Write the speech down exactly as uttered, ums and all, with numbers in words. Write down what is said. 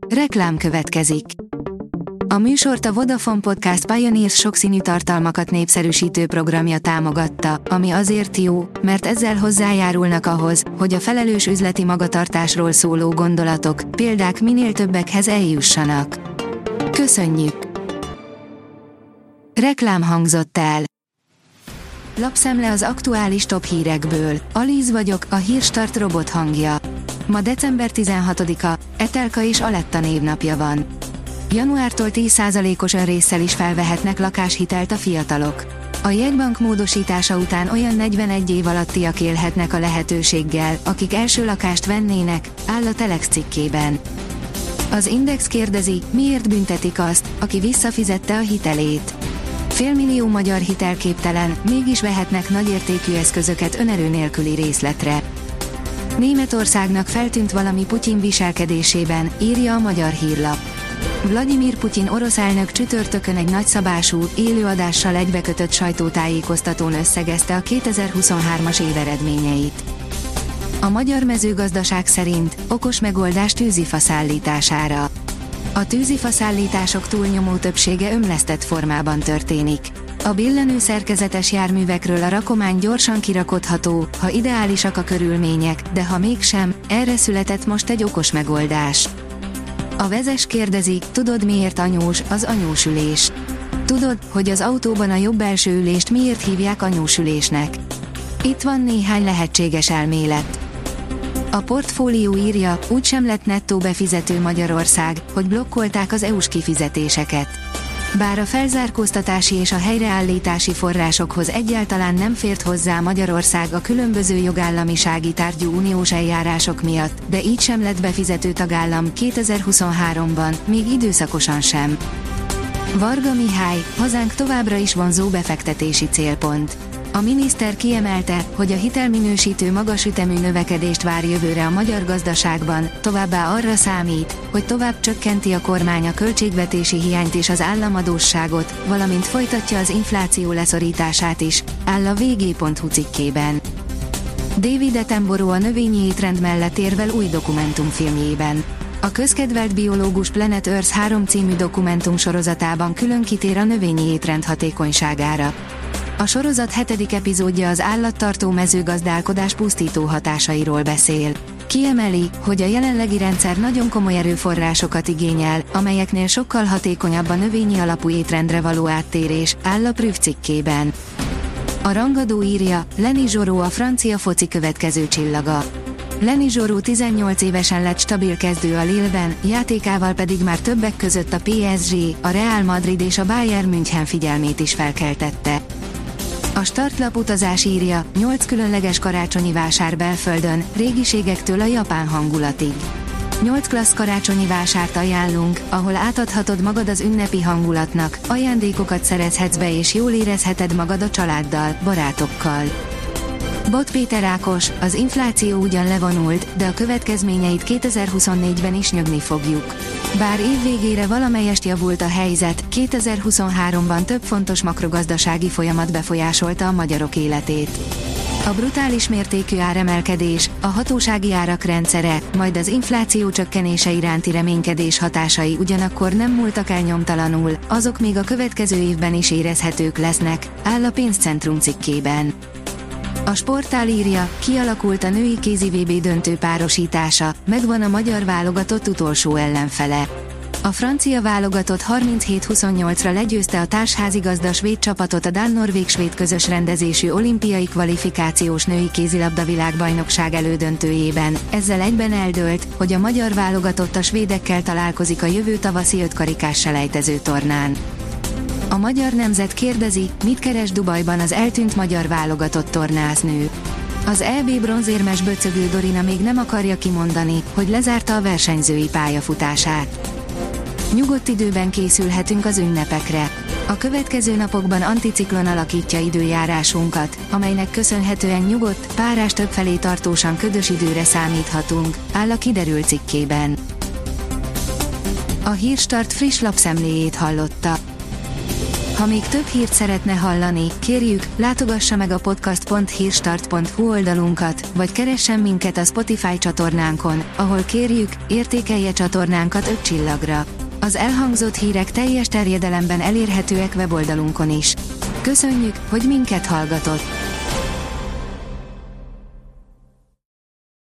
Reklám következik. A műsort a Vodafone Podcast Pioneers sokszínű tartalmakat népszerűsítő programja támogatta, ami azért jó, mert ezzel hozzájárulnak ahhoz, hogy a felelős üzleti magatartásról szóló gondolatok, példák minél többekhez eljussanak. Köszönjük! Reklám hangzott el. Lapszemle az aktuális top hírekből. Alíz vagyok, a Hírstart robot hangja. Ma december tizenhatodika, Etelka és Aletta névnapja van. Januártól tíz százalékos önrésszel is felvehetnek lakáshitelt a fiatalok. A jegybank módosítása után olyan negyvenegy év alattiak élhetnek a lehetőséggel, akik első lakást vennének, áll a Telex cikkében. Az Index kérdezi, miért büntetik azt, aki visszafizette a hitelét. Félmillió magyar hitelképtelen, mégis vehetnek nagyértékű eszközöket önerő nélküli részletre. Németországnak feltűnt valami Putyin viselkedésében, írja a Magyar Hírlap. Vladimir Putyin orosz elnök csütörtökön egy nagyszabású, élőadással egybekötött sajtótájékoztatón összegezte a kétezer-huszonhármas év eredményeit. A magyar mezőgazdaság szerint okos megoldás tűzifa szállítására. A tűzifa szállítások túlnyomó többsége ömlesztett formában történik. A billenő szerkezetes járművekről a rakomány gyorsan kirakodható, ha ideálisak a körülmények, de ha mégsem, erre született most egy okos megoldás. A Vezes kérdezi, tudod miért anyós az anyósülés? Tudod, hogy az autóban a jobb belső ülést miért hívják anyósülésnek? Itt van néhány lehetséges elmélet. A Portfólió írja, úgysem lett nettó befizető Magyarország, hogy blokkolták az é u-s kifizetéseket. Bár a felzárkóztatási és a helyreállítási forrásokhoz egyáltalán nem fért hozzá Magyarország a különböző jogállamisági tárgyú uniós eljárások miatt, de így sem lett befizető tagállam kétezer-huszonháromban, még időszakosan sem. Varga Mihály, hazánk továbbra is vonzó befektetési célpont. A miniszter kiemelte, hogy a hitelminősítő magas ütemű növekedést vár jövőre a magyar gazdaságban, továbbá arra számít, hogy tovább csökkenti a kormány a költségvetési hiányt és az államadósságot, valamint folytatja az infláció leszorítását is, áll a vg pont hu cikkében. David Attenborough a növényi étrend mellett érvel új dokumentumfilmjében. A közkedvelt biológus Planet Earth három című dokumentum sorozatában külön kitér a növényi étrend hatékonyságára. A sorozat hetedik epizódja az állattartó mezőgazdálkodás pusztító hatásairól beszél. Kiemeli, hogy a jelenlegi rendszer nagyon komoly erőforrásokat igényel, amelyeknél sokkal hatékonyabb a növényi alapú étrendre való áttérés, áll a Prüf cikkében. A rangadó írja, Leny Zsoró a francia foci következő csillaga. Leny Zsoró tizennyolc évesen lett stabil kezdő a Lille-ben, játékával pedig már többek között a pé es gé, a Real Madrid és a Bayern München figyelmét is felkeltette. A startlap utazás írja, nyolc különleges karácsonyi vásár belföldön, régiségektől a japán hangulatig. nyolc klassz karácsonyi vásárt ajánlunk, ahol átadhatod magad az ünnepi hangulatnak, ajándékokat szerezhetsz be és jól érezheted magad a családdal, barátokkal. Bot Péter Ákos, az infláció ugyan levonult, de a következményeit kétezer-huszonnégyben is nyögni fogjuk. Bár év végére valamelyest javult a helyzet, kétezer-huszonháromban több fontos makrogazdasági folyamat befolyásolta a magyarok életét. A brutális mértékű áremelkedés, a hatósági árak rendszere, majd az infláció csökkenése iránti reménykedés hatásai ugyanakkor nem múltak el nyomtalanul, azok még a következő évben is érezhetők lesznek, áll a Pénzcentrum cikkében. A Sportál írja, kialakult a női kézi vé bé döntő párosítása, megvan a magyar válogatott utolsó ellenfele. A francia válogatott harminchét huszonnyolcra legyőzte a társházigazda svéd csapatot a dán-norvég-svéd közös rendezésű olimpiai kvalifikációs női kézilabda világbajnokság elődöntőjében, ezzel egyben eldőlt, hogy a magyar válogatott a svédekkel találkozik a jövő tavaszi ötkarikás selejtező tornán. A Magyar Nemzet kérdezi, mit keres Dubajban az eltűnt magyar válogatott tornásznő. Az é bé bronzérmes Böcögő Dorina még nem akarja kimondani, hogy lezárta a versenyzői pályafutását. Nyugodt időben készülhetünk az ünnepekre. A következő napokban anticiklon alakítja időjárásunkat, amelynek köszönhetően nyugodt, párás többfelé tartósan ködös időre számíthatunk, áll a Kiderül cikkében. A Hírstart friss lapszemléjét hallotta. Ha még több hírt szeretne hallani, kérjük, látogassa meg a podcast pont hírstart pont hu oldalunkat, vagy keressen minket a Spotify csatornánkon, ahol kérjük, értékelje csatornánkat öt csillagra. Az elhangzott hírek teljes terjedelemben elérhetőek weboldalunkon is. Köszönjük, hogy minket hallgatott!